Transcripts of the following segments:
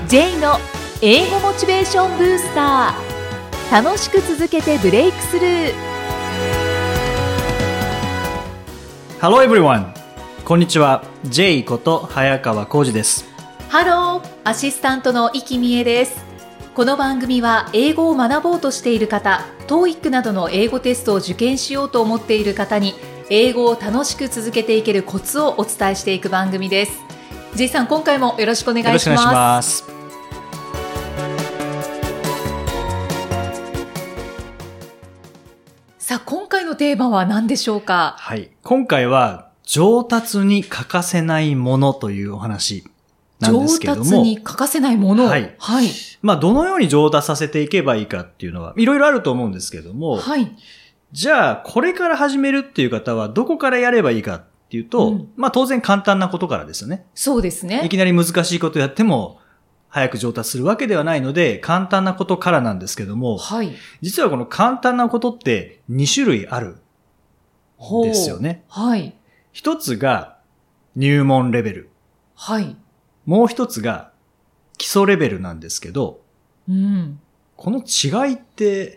J の英語モチベーションブースター。楽しく続けてブレイクスルー。 Hello everyone! こんにちは。 J こと早川浩二です。 ハロー、アシスタントの生きみえです。この番組は英語を学ぼうとしている方、TOEIC などの英語テストを受験しようと思っている方に英語を楽しく続けていけるコツをお伝えしていく番組です。 J さん、今回もよろしくお願いします。 よろしくお願いします。 さあ、今回のテーマは何でしょうか？ はい。今回は上達に欠かせないものというお話なんですけども。 上達に欠かせないもの。 はい。 はい。 どのように上達させていけばいいかっていうのは、いろいろあると思うんですけども。 はい。 じゃあ、これから始めるっていう方は、どこからやればいいかっていうと、当然簡単なことからですよね。 そうですね。 いきなり難しいことやっても、早く上達するわけではないので、簡単なことからなんですけども。 はい。 実はこの簡単なことって2種類あるんですよね。 はい。 一つが入門レベル。 はい。 もう一つが基礎レベルなんですけど、この違いって、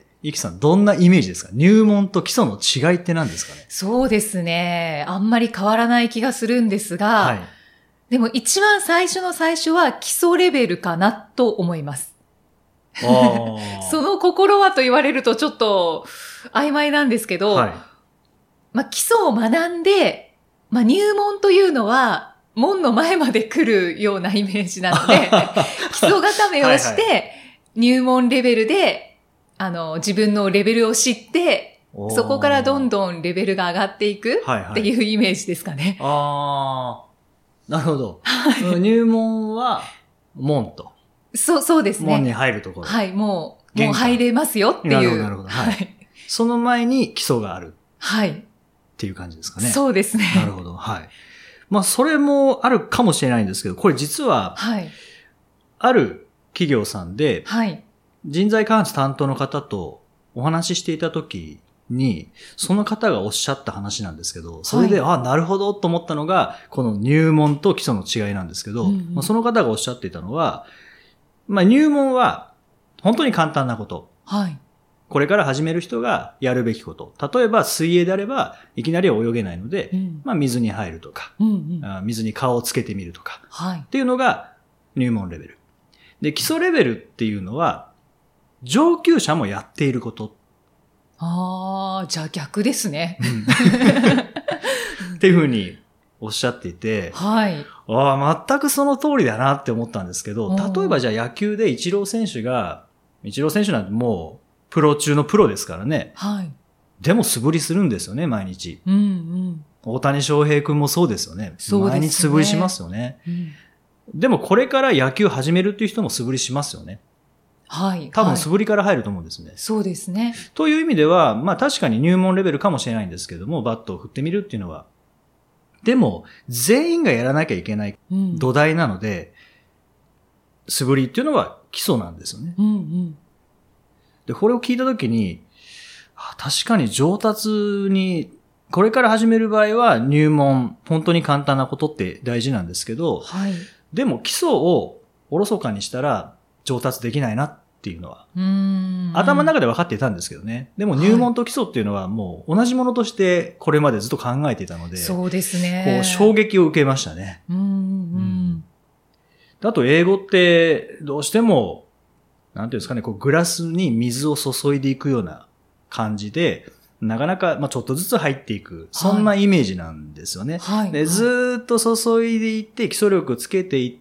ゆきさんどんなイメージですか？入門と基礎の違いって何ですかね？ そうですね。あんまり変わらない気がするんですが、はい、でも一番最初の最初は基礎レベルかなと思います。その心はと言われるとちょっと曖昧なんですけど、はい、基礎を学んで、入門というのは門の前まで来るようなイメージなので、基礎固めをして、はいはい、入門レベルで、自分のレベルを知って、そこからどんどんレベルが上がっていくっていうイメージですかね。 なるほど。はい、入門は門と。 そうですね。 門に入るところ。 はい、もう入れますよっていう。 なるほど。はい。その前に基礎がある。 はい。 っていう感じですかね。 そうですね。 なるほど。はい。それもあるかもしれないんですけど、これ実は、はい。ある企業さんで、はい。人材開発担当の方とお話ししていたときに、その方がおっしゃった話なんですけど、それで、はい、なるほどと思ったのが、この入門と基礎の違いなんですけど、その方がおっしゃっていたのは、入門は本当に簡単なこと。はい。これから始める人がやるべきこと。例えば水泳であれば、いきなりは泳げないので、水に入るとか、水に顔をつけてみるとか、はい。っていうのが入門レベル。で、基礎レベルっていうのは、上級者もやっていること。 じゃあ逆ですね。 っていうふうにおっしゃっていて、はい。全くその通りだなって思ったんですけど、例えばじゃあ野球でイチロー選手なんてもうプロ中のプロですからね。はい。でも素振りするんですよね、毎日。大谷翔平君もそうですよね。そうですね。毎日素振りしますよね。でもこれから野球始めるっていう人も素振りしますよね。はい。多分素振りから入ると思うんですね。 そうですね。 という意味では、確かに入門レベルかもしれないんですけども、バットを振ってみるっていうのは。でも、全員がやらなきゃいけない土台なので、素振りっていうのは基礎なんですよね。で、これを聞いたときに、確かに上達に、これから始める場合は入門、本当に簡単なことって大事なんですけど、はい、でも基礎をおろそかにしたら上達できないなっていうのは、頭の中で分かっていたんですけどね。でも入門と基礎っていうのはもう同じものとしてこれまでずっと考えていたので、 そうですね。 衝撃を受けましたね。あと英語ってどうしても、なんていうんですかね、グラスに水を注いでいくような感じで、なかなか、ちょっとずつ入っていく、そんなイメージなんですよね。はい、でずーっと注いでいって、基礎力つけていって、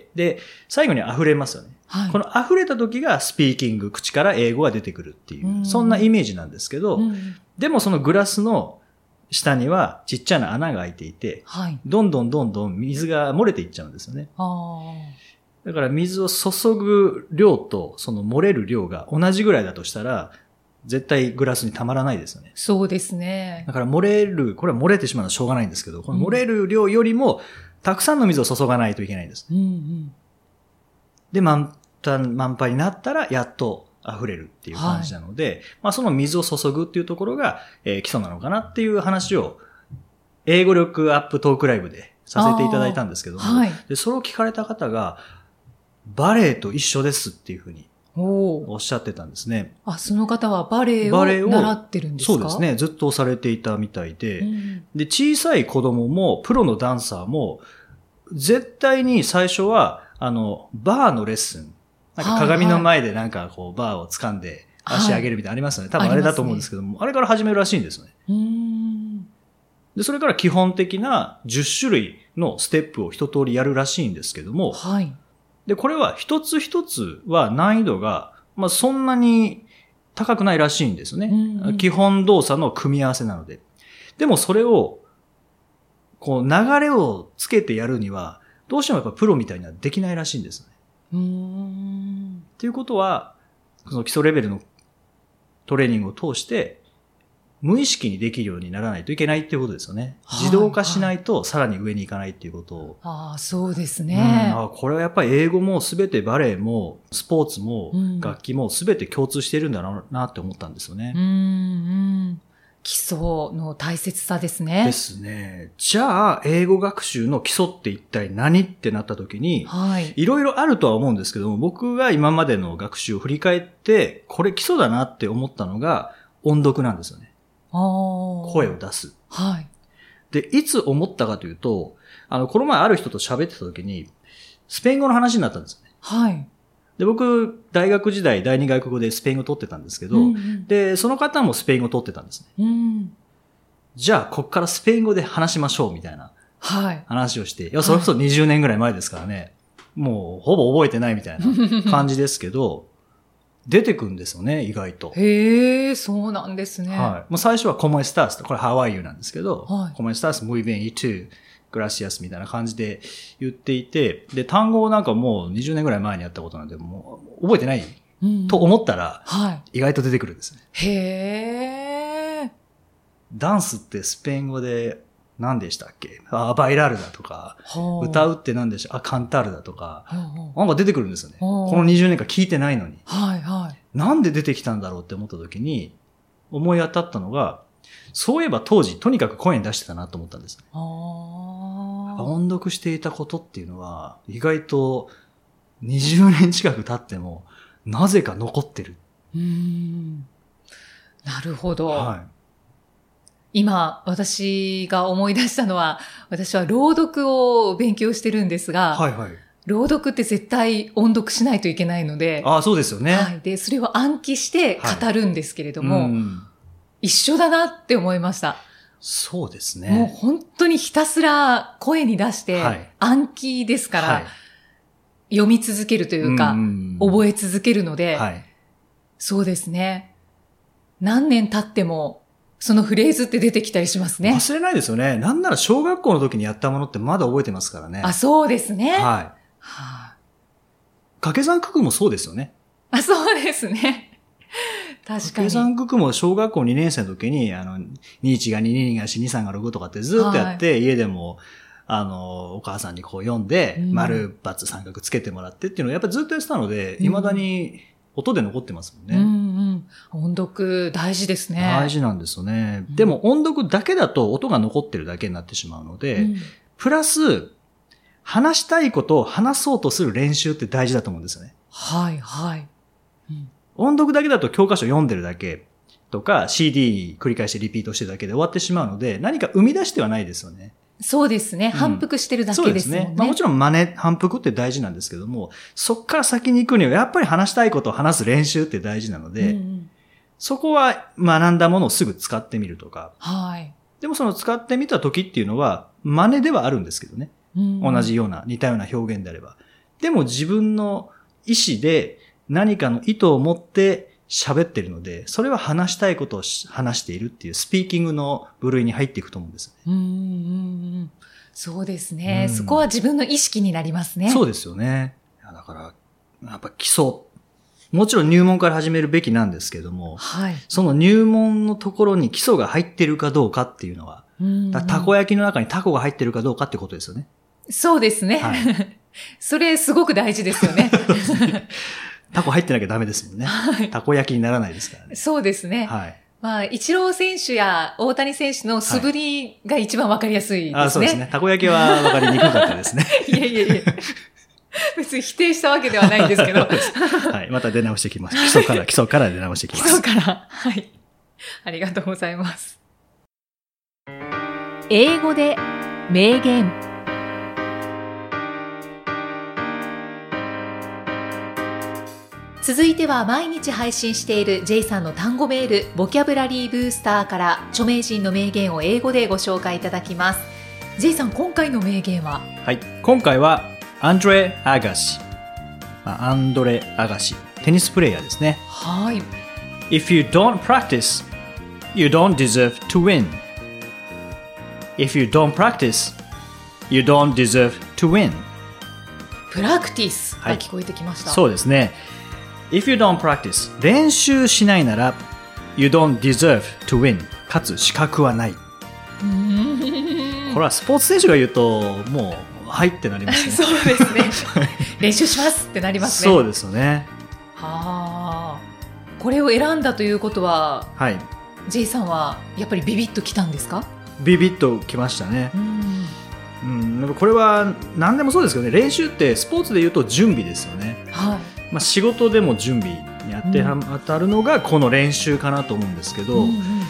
で、最後に溢れますよね。はい、この溢れた時がスピーキング、口から英語が出てくるっていう、そんなイメージなんですけど、でもそのグラスの下にはちっちゃな穴が開いていて、はい、どんどん水が漏れていっちゃうんですよね。だから水を注ぐ量とその漏れる量が同じぐらいだとしたら、絶対グラスにたまらないですよね。 そうですね。 だからこれは漏れてしまうのはしょうがないんですけど、この漏れる量よりもたくさんの水を注がないといけないんです。で、満杯になったらやっと溢れるっていう感じなので、その水を注ぐっていうところが、基礎なのかなっていう話を、英語力アップトークライブでさせていただいたんですけども、でそれを聞かれた方が、 バレエと一緒ですっていうふうにおっしゃってたんですね。 その方はバレエを習ってるんですか？ そうですね。ずっとされていたみたいで、で、小さい子供もプロのダンサーも絶対に最初はバーのレッスン、なんか鏡の前でなんかこうバーを掴んで足上げるみたいなのありますよね。多分あれだと思うんですけども、あれから始めるらしいんですよね。で、それから基本的な10種類のステップを一通りやるらしいんですけども、で、これは一つ一つは難易度が、そんなに高くないらしいんですよね。基本動作の組み合わせなので。でもそれを、こう流れをつけてやるには、どうしてもやっぱプロみたいにはできないらしいんですね。っていうことは、その基礎レベルのトレーニングを通して、無意識にできるようにならないといけないっていうことですよね。自動化しないとさらに上に行かないっていうことを。 そうですね。 これはやっぱり英語もすべてバレエもスポーツも楽器もすべて共通しているんだろうなって思ったんですよね。 基礎の大切さですね。 ですね。じゃあ、英語学習の基礎って一体何ってなった時に、いろいろあるとは思うんですけども、僕が今までの学習を振り返って、これ基礎だなって思ったのが音読なんですよね。声を出す。で、いつ思ったかというと、この前ある人と喋ってた時に、スペイン語の話になったんですよね。で、僕、大学時代、第二外国語でスペイン語取ってたんですけど、で、その方もスペイン語取ってたんですね。じゃあ、こっからスペイン語で話しましょう、みたいな話をして、それこそ20年ぐらい前ですからね、もう、ほぼ覚えてないみたいな感じですけど、出てくるんですよね、意外と。 そうなんですね。 もう最初はコモエスタース、これ How are you なんですけど、コモエスタース、muy bien, y tú, gracias みたいな感じで言っていて、で、単語をなんかもう20年ぐらい前にやったことなんで、もう覚えてない、と思ったら、意外と出てくるんですね。ダンスってスペイン語で何でしたっけ？バイラルだとか、歌うって何でしょう？カンタールだとか、なんか出てくるんですよね。この20年間聞いてないのに。なんで出てきたんだろうって思った時に、思い当たったのが、そういえば当時、とにかく声に出してたなと思ったんですね。音読していたことっていうのは、意外と20年近く経っても、なぜか残ってる。 なるほど。今、私が思い出したのは、私は朗読を勉強してるんですが、朗読って絶対音読しないといけないので、 そうですよね。 で、それを暗記して語るんですけれども、一緒だなって思いました。 そうですね。 もう本当にひたすら声に出して暗記ですから、読み続けるというか、覚え続けるので、そうですね。何年経っても、そのフレーズって出てきたりしますね。 忘れないですよね。なんなら小学校の時にやったものってまだ覚えてますからね。 そうですね。 掛け算九九もそうですよね。 そうですね。確かに。 掛け算九九も小学校2年生の時に、21が2、2が4、2、3が6とかってずっとやって、家でも、お母さんにこう読んで、丸、×、三角つけてもらってっていうのをやっぱりずっとやってたので、未だに音で残ってますもんね。 音読大事ですね。 大事なんですよね。でも音読だけだと音が残ってるだけになってしまうので、プラス、話したいことを話そうとする練習って大事だと思うんですよね。音読だけだと教科書読んでるだけとか CD 繰り返してリピートしてるだけで終わってしまうので、何か生み出してはないですよね。 そうですね。反復してるだけですもんね。そうですね。 もちろん反復って大事なんですけども、そっから先に行くにはやっぱり話したいことを話す練習って大事なので、そこは学んだものをすぐ使ってみるとか。でもその使ってみた時っていうのは真似ではあるんですけどね。同じような、似たような表現であれば。でも自分の意思で何かの意図を持って喋ってるので、それは話したいことを話しているっていうスピーキングの部類に入っていくと思うんですよね。 そうですね。そこは自分の意識になりますね。 そうですよね。だから、やっぱ基礎。もちろん入門から始めるべきなんですけども、その入門のところに基礎が入ってるかどうかっていうのは、たこ焼きの中にタコが入ってるかどうかってことですよね。 そうですね。それすごく大事ですよね。 タコ入ってなきゃダメですもんね。たこ焼きにならないですからね。 そうですね。イチロー選手や大谷選手の素振りが一番わかりやすいですね。 そうですね。たこ焼きはわかりにくかったですね。 いえ。 別に否定したわけではないんですけど。 はい。また出直してきます。基礎から出直してきます。 基礎から。はい。ありがとうございます。英語で名言。続いては毎日配信している J さんの単語メール、ボキャブラリーブースターから著名人の名言を英語でご紹介いただきます。J さん、今回の名言は？ はい。今回はアンドレ・アガシ。アンドレ・アガシ。テニスプレイヤーですね。 はい。 If you don't practice, you don't deserve to win. If you don't practice, you don't deserve to win. プラクティスが聞こえてきました。 そうですね。If you don't practice, 練習しないなら You don't deserve to win. かつ資格はない。これはスポーツ選手が言うともうはいってなりますね。 そうですね。練習しますってなりますね。 そうですよね。 はあ。これを選んだということは、はい、J さんはやっぱりビビッときたんですか？ ビビッときましたね。これは何でもそうですけどね。練習ってスポーツで言うと準備ですよね。はい。仕事でも準備に当たるのがこの練習かなと思うんですけど、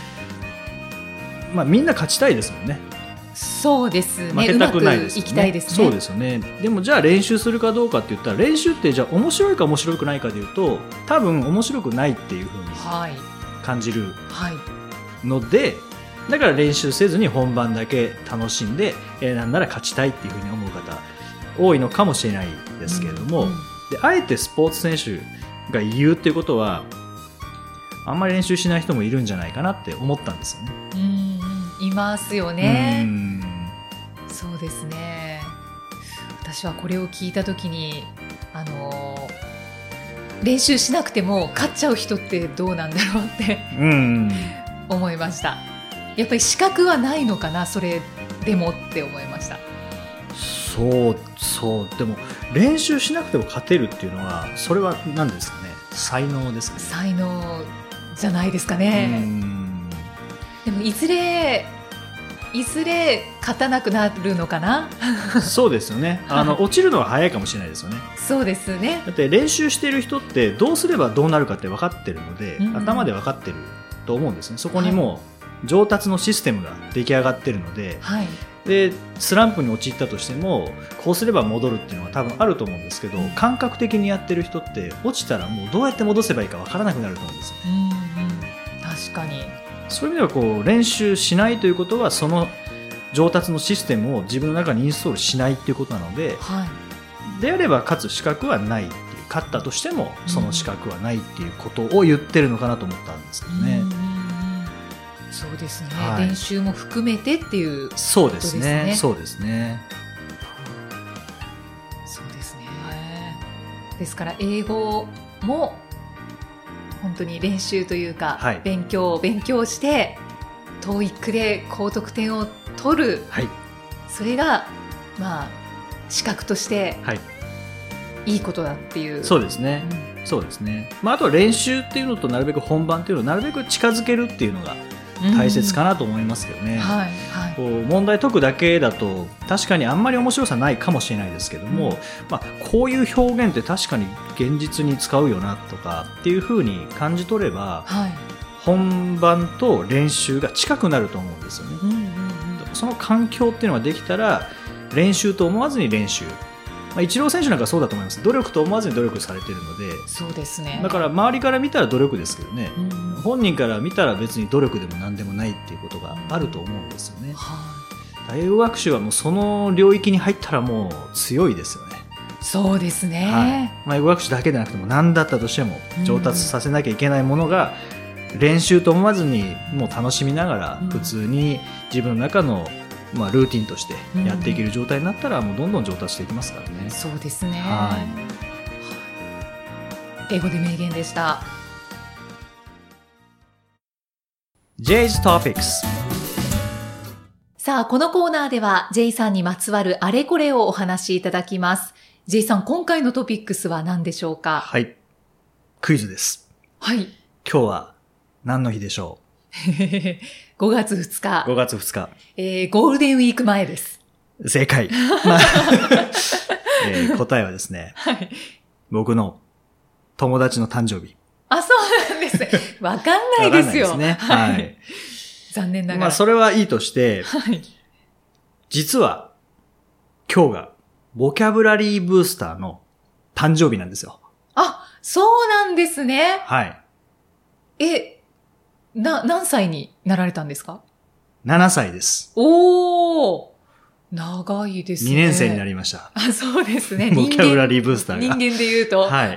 みんな勝ちたいですもんね。 そうですね。 負けたくないですよね。 うまくいきたいですね。 そうですよね。でもじゃあ練習するかどうかって言ったら、練習ってじゃあ面白いか面白くないかでいうと、多分面白くないっていう風に感じるので、だから練習せずに本番だけ楽しんで、なんなら勝ちたいっていう風に思う方多いのかもしれないですけれども、であえてスポーツ選手が言うっていうことはあんまり練習しない人もいるんじゃないかなって思ったんですよね。 いますよね。そうですね。私はこれを聞いたときに練習しなくても勝っちゃう人ってどうなんだろうって思いました。やっぱり資格はないのかな、それでもって思いました。 そうでも練習しなくても勝てるっていうのはそれは何ですかね。才能ですかね。 才能じゃないですかね。でもいずれ勝たなくなるのかな。 そうですよね。落ちるのは早いかもしれないですよね。 そうですね。 だって練習している人ってどうすればどうなるかって分かってるので、頭で分かってると思うんですね。そこにもう上達のシステムが出来上がってるので、でスランプに陥ったとしてもこうすれば戻るっていうのは多分あると思うんですけど、感覚的にやってる人って落ちたらもうどうやって戻せばいいか分からなくなると思うんですよ。 確かに。 そういう意味では練習しないということはその上達のシステムを自分の中にインストールしないっていうことなので、であれば勝つ資格はないっていう、勝ったとしてもその資格はないっていうことを言ってるのかなと思ったんですけどね。 そうですね。練習も含めてっていうことですね。 そうですね。そうですね。 そうですね。ですから英語も本当に練習というか、勉強して TOEIC で高得点を取る、それが資格としていいことだっていう。 そうですね。そうですね。あとは練習っていうのとなるべく本番っていうのをなるべく近づけるっていうのが大切かなと思いますけどね。問題解くだけだと確かにあんまり面白さないかもしれないですけども、こういう表現って確かに現実に使うよなとかっていう風に感じ取れば、本番と練習が近くなると思うんですよね。その環境っていうのができたら練習と思わずに練習、イチロー選手なんかそうだと思います。努力と思わずに努力されているので。 そうですね。 だから周りから見たら努力ですけどね、本人から見たら別に努力でも何でもないっていうことがあると思うんですよね。英語学習はもうその領域に入ったらもう強いですよね。 そうですね。 英語学習だけでなくても何だったとしても上達させなきゃいけないものが練習と思わずにもう楽しみながら普通に自分の中のルーティンとしてやっていける状態になったらもうどんどん上達していきますからね。 そうですね。英語で名言でした。 J's Topics。 さあ、このコーナーでは J さんにまつわるあれこれをお話しいただきます。 J さん、今回のトピックスは何でしょうか？ はい、クイズです。今日は何の日でしょう？ 5月2日。 5月2日。 ゴールデンウィーク前です。 正解。答えはですね、はい、僕の友達の誕生日。 あ、そうなんですね。わかんないですよ。 わかんないですね。はい。 残念ながら。 それはいいとして、はい、実は、今日が、ボキャブラリーブースターの誕生日なんですよ。 あ、そうなんですね。 はい。 何歳になられたんですか？ 7 歳です。 おー。長いですね。 2年生になりました。 あ、そうですね。 ボキャブラリーブースターが。 人間で言うと。 はい。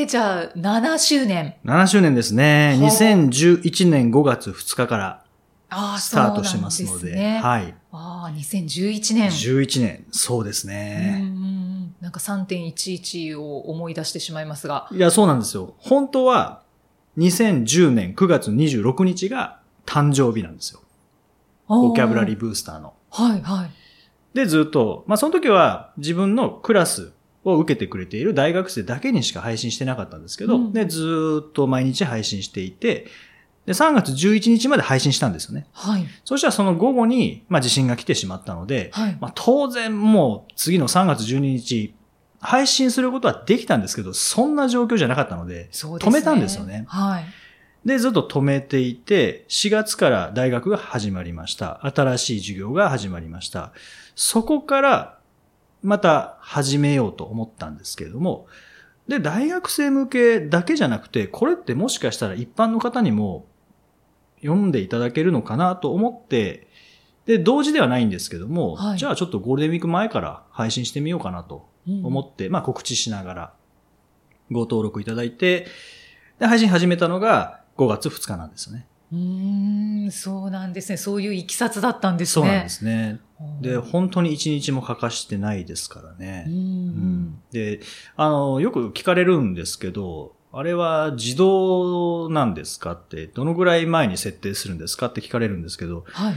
じゃあ、7周年。 7周年ですね。2011年5月2日からスタートしてますので。 ね、 はい。 2011年。 11年。そうですね。 なんか 3.11 を思い出してしまいますが。 いや、そうなんですよ。本当は、2010年9月26日が誕生日なんですよ。ボキャブラリーブースターの。 はいはい。 で、ずっと、その時は自分のクラスを受けてくれている大学生だけにしか配信してなかったんですけど、で、ずっと毎日配信していて、で、3月11日まで配信したんですよね。 はい。 そしたらその午後に、地震が来てしまったので、 はい。 当然もう次の3月12日、配信することはできたんですけど、そんな状況じゃなかったので、止めたんですよね。 はい。 で、ずっと止めていて、4月から大学が始まりました。新しい授業が始まりました。そこから、また始めようと思ったんですけれども、で、大学生向けだけじゃなくて、これってもしかしたら一般の方にも読んでいただけるのかなと思って、で、同時ではないんですけども、はい、じゃあちょっとゴールデンウィーク前から配信してみようかなと思って、告知しながらご登録いただいて、で、配信始めたのが、5月2日なんですよね。 そうなんですね。そういういきさつだったんですね。 そうなんですね。で、本当に1日も欠かしてないですからね。で、よく聞かれるんですけど、あれは自動なんですかって、どのぐらい前に設定するんですかって聞かれるんですけど、 はい。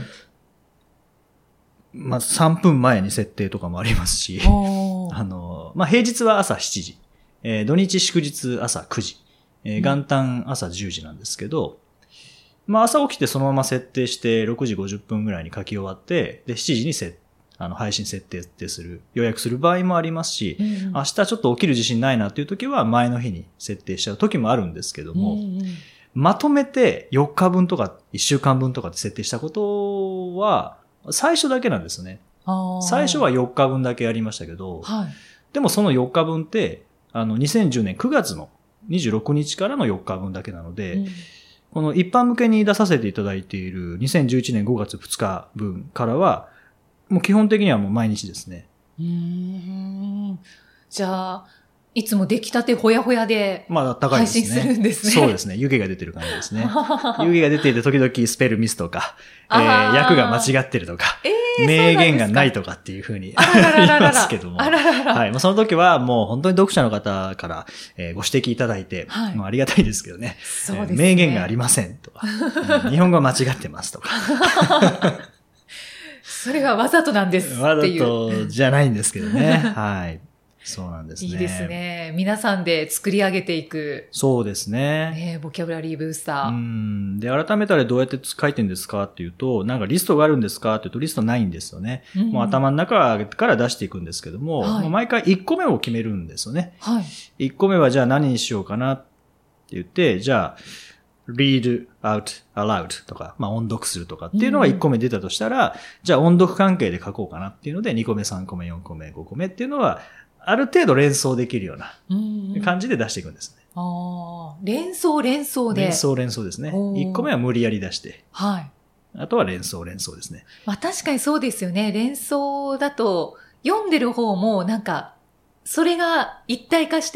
3分前に設定とかもありますし、平日は朝7時、土日祝日朝9時、元旦朝10時なんですけど、朝起きてそのまま設定して6時50分ぐらいに書き終わって、で、7時に配信設定ってする、予約する場合もありますし、明日ちょっと起きる自信ないなっていう時は前の日に設定しちゃう時もあるんですけども、まとめて4日分とか1週間分とかって設定したことは、最初だけなんですね。最初は4日分だけやりましたけど、はい、でもその4日分って、2010年9月の26日からの4日分だけなので、この一般向けに出させていただいている2011年5月2日分からは、もう基本的にはもう毎日ですね。 じゃあ、いつも出来たてほやほやで配信するんですね。 そうですね。湯気が出てる感じですね。湯気が出ていて時々スペルミスとか、訳が間違ってるとか、名言がないとかっていう風に言いますけども。はい。その時はもう本当に読者の方からご指摘いただいて、ありがたいですけどね。そうですね。名言がありませんとか、日本語は間違ってますとか。 それがわざとなんですっていう。 わざとじゃないんですけどね。はい。そうなんですね。 いいですね。皆さんで作り上げていく。 そうですね。 ボキャブラリーブースター。 で、改めたらどうやって書いてるんですかっていうと、なんかリストがあるんですかっていうとリストないんですよね。もう頭の中から出していくんですけども、もう毎回1個目を決めるんですよね。 はい。 1個目はじゃあ何にしようかなって言って、じゃあ、read out aloud とか、音読するとかっていうのが1個目出たとしたら、じゃあ音読関係で書こうかなっていうので、2個目、3個目、4個目、5個目っていうのは、ある程度連想できるような感じで出していくんですね。 連想で。連想ですね。1個目は無理やり出して。 はい。 あとは連想ですね。 確かにそうですよね。連想だと、読んでる方もなんか、それが一体化して、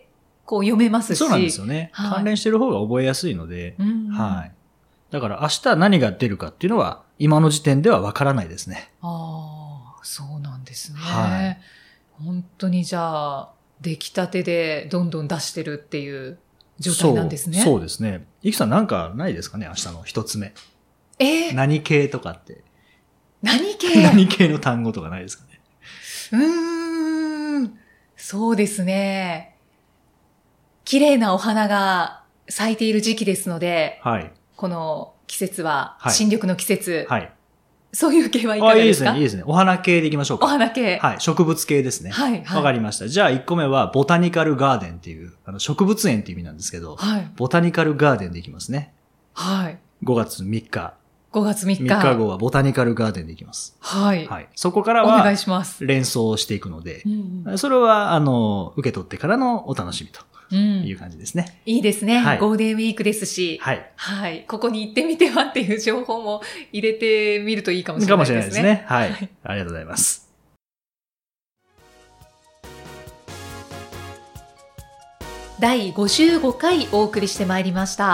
こう読めますし。 そうなんですよね。関連してる方が覚えやすいので、はい。だから明日何が出るかっていうのは、今の時点ではわからないですね。 そうなんですね。 はい。 本当にじゃあ、出来たてでどんどん出してるっていう状態なんですね。 そうですね。いくさんなんかないですかね、明日の一つ目。何系とかって。 何系の単語とかないですかね。 そうですね。綺麗なお花が咲いている時期ですので、 はい。 この季節は、新緑の季節。 はい。 そういう系はいかがですか？ いいですね。お花系でいきましょうか。 お花系。 はい。植物系ですね。 はい。 わかりました。じゃあ1個目は、ボタニカルガーデンっていう、植物園っていう意味なんですけど、はい。ボタニカルガーデンでいきますね。はい。5月3日。 5月3日。 3日後はボタニカルガーデンでいきます。 はい。 はい。そこからは、 お願いします。 連想していくので、それは、受け取ってからのお楽しみと。いう感じですね。 いいですね、はい。ゴールデンウィークですし、 はい。 はい。ここに行ってみてはっていう情報も入れてみるといいかもしれないですね。かもしれないですね。 はい。ありがとうございます。 第55回お送りしてまいりました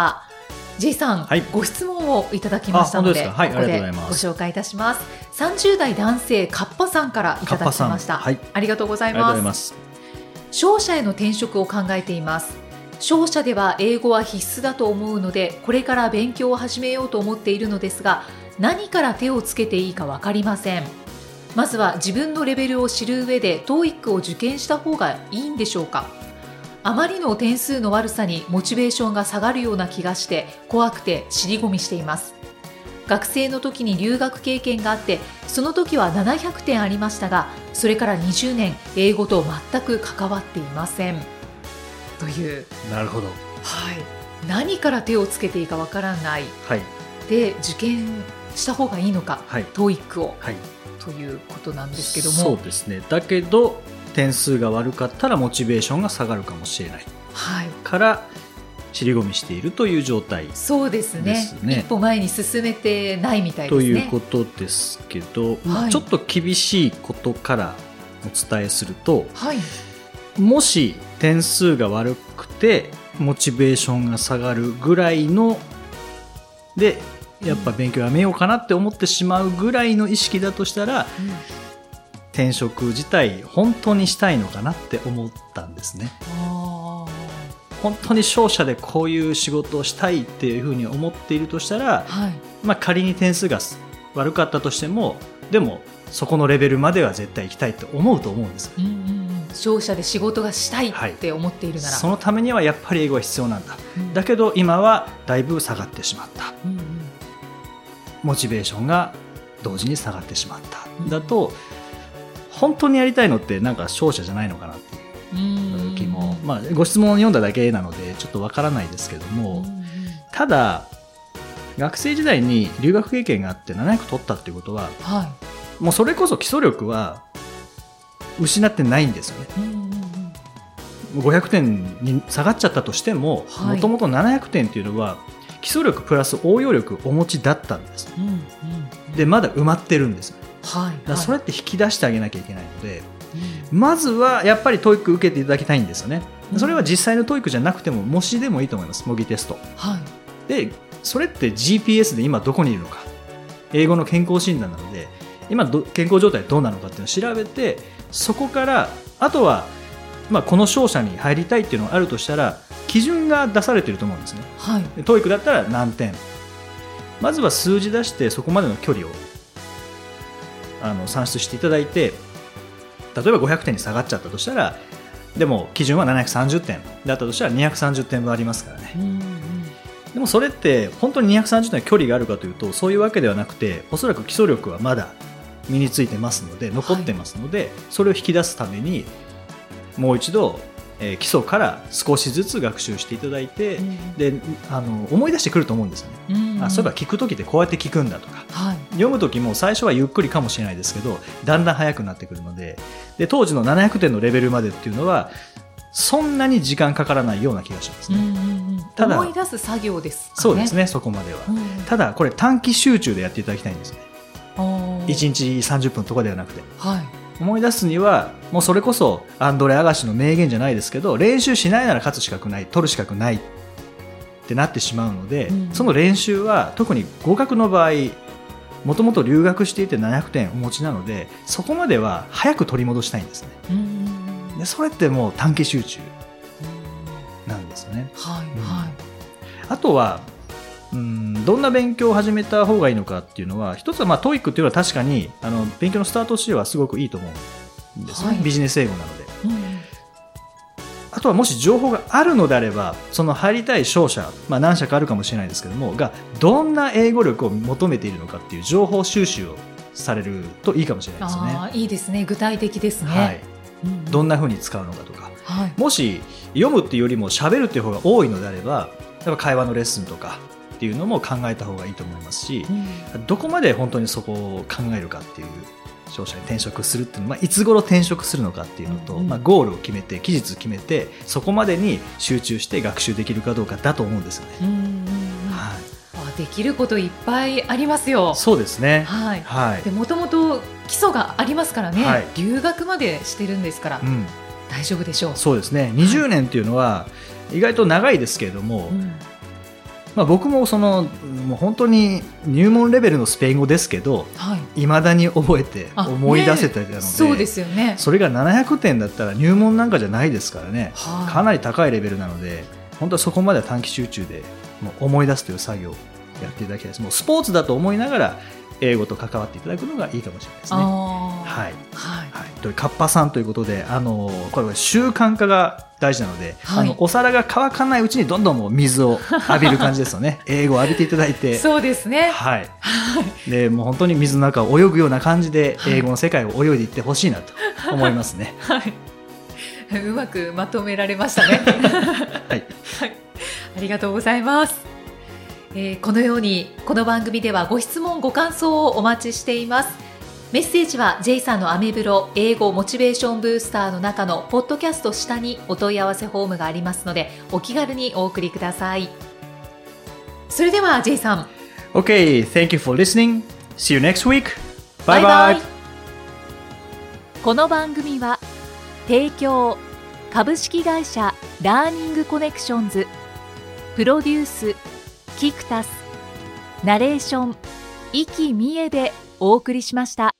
。J さん、はい、ご質問をいただきましたので、 はい、 ここでご紹介いたします。30代男性カッパさんからいただきました。はい、ありがとうございます。 ありがとうございます。 商社への転職を考えています。商社では英語は必須だと思うので、これから勉強を始めようと思っているのですが、何から手をつけていいか分かりません。まずは自分のレベルを知る上で TOEIC を受験した方がいいんでしょうか。あまりの点数の悪さにモチベーションが下がるような気がして怖くて尻込みしています。学生の時に留学経験があって、その時は700点ありましたが、それから20年英語と全く関わっていませんという。 なるほど。はい。 何から手をつけていいかわからない、 はい、 で受験した方がいいのか、 はい、 TOEIC を、 はい、 ということなんですけども。 そうですね。だけど点数が悪かったらモチベーションが下がるかもしれない、はい、から尻込みしているという状態ですね。 そうですね。一歩前に進めてないみたいですね。 ということですけど、はい、ちょっと厳しいことからお伝えすると、はい、もし点数が悪くてモチベーションが下がるぐらいので、やっぱ勉強やめようかなって思ってしまうぐらいの意識だとしたら、転職自体本当にしたいのかなって思ったんですね。本当に商社でこういう仕事をしたいっていうふうに思っているとしたら、はい、仮に点数が悪かったとしても、でもそこのレベルまでは絶対行きたいと思うと思うんです、 商社で仕事がしたいって思っているなら、 そのためにはやっぱり英語は必要なんだ、だけど今はだいぶ下がってしまった、モチベーションが同時に下がってしまった、だと本当にやりたいのってなんか商社じゃないのかなっていう気も、ご質問を読んだだけなのでちょっとわからないですけども、ただ学生時代に留学経験があって700取ったっていうことは、はい、もうそれこそ基礎力は失ってないんですよね。500点に下がっちゃったとしても、もともと700点っていうのは基礎力プラス応用力お持ちだったんです、でまだ埋まってるんですよ、はい、だからそれって引き出してあげなきゃいけないので、まずはやっぱり TOEIC 受けていただきたいんですよね。それは実際の TOEIC じゃなくても模試でもいいと思います。模擬テスト、はい、でそれって GPS で今どこにいるのか、英語の健康診断なので今健康状態どうなのかっていうのを調べて、そこからあとは、この商社に入りたいっていうのがあるとしたら基準が出されていると思うんですね、はい、TOEIC だったら何点、まずは数字出してそこまでの距離を算出していただいて、例えば500点に下がっちゃったとしたら、でも基準は730点だったとしたら230点分ありますからね、でもそれって本当に230点の距離があるかというとそういうわけではなくて、おそらく基礎力はまだ身についてますので、残ってますので、はい、それを引き出すためにもう一度、基礎から少しずつ学習していただいて、で思い出してくると思うんですよね、そういえば聞くときってこうやって聞くんだとか、はい、読むときも最初はゆっくりかもしれないですけどだんだん速くなってくるので、当時の700点のレベルまでっていうのはそんなに時間かからないような気がしますね、 ただ思い出す作業ですかね。 そうですね、そこまでは、ただこれ短期集中でやっていただきたいんですね。1日30分とかではなくて、はい、思い出すにはもうそれこそアンドレ・アガシの名言じゃないですけど、練習しないなら勝つ資格ない、取る資格ないってなってしまうので、その練習は特に合格の場合もともと留学していて700点お持ちなので、そこまでは早く取り戻したいんですね。でそれってもう短期集中なんですよね、あとはどんな勉強を始めた方がいいのかっていうのは、一つはTOEIC っていうのは確かに勉強のスタートとしてはすごくいいと思うんですね、ビジネス英語なので、 あとはもし情報があるのであれば、その入りたい商社、何社かあるかもしれないですけども、がどんな英語力を求めているのかっていう情報収集をされるといいかもしれないですね。 いいですね。具体的ですね。 はい、どんな風に使うのかとか、もし読むっていうよりも喋るっていう方が多いのであれば、やっぱ会話のレッスンとかっていうのも考えた方がいいと思いますし、どこまで本当にそこを考えるかっていう、商社に転職するっていうのは、いつ頃転職するのかっていうのと、ゴールを決めて、期日決めて、そこまでに集中して学習できるかどうかだと思うんですよね。 できることいっぱいありますよ。 そうですね。 で、もともと基礎がありますからね、留学までしてるんですから、大丈夫でしょう。 そうですね。20年っていうのは意外と長いですけれども、僕ももう本当に入門レベルのスペイン語ですけど、未だに覚えて思い出せてたので、 そうですよね。 それが700点だったら入門なんかじゃないですからね、かなり高いレベルなので、本当はそこまで短期集中でもう思い出すという作業をやっていただきたいです。もうスポーツだと思いながら英語と関わっていただくのがいいかもしれないですね。というカッパさんということで、これは習慣化が大事なので、お皿が乾かないうちにどんどんもう水を浴びる感じですよね。英語を浴びていただいて、 そうですね。 でもう本当に水の中を泳ぐような感じで英語の世界を泳いでいってほしいなと思いますね。 うまくまとめられましたね。ありがとうございます。このようにこの番組ではご質問ご感想をお待ちしています。メッセージは J さんのアメブロ英語モチベーションブースターの中のポッドキャスト下にお問い合わせフォームがありますので、お気軽にお送りください。それでは J さん。 Okay, thank you for listening. See you next week. Bye bye. この番組は提供株式会社ラーニングコネクションズ、プロデュースキクタス、ナレーション生きみえでお送りしました。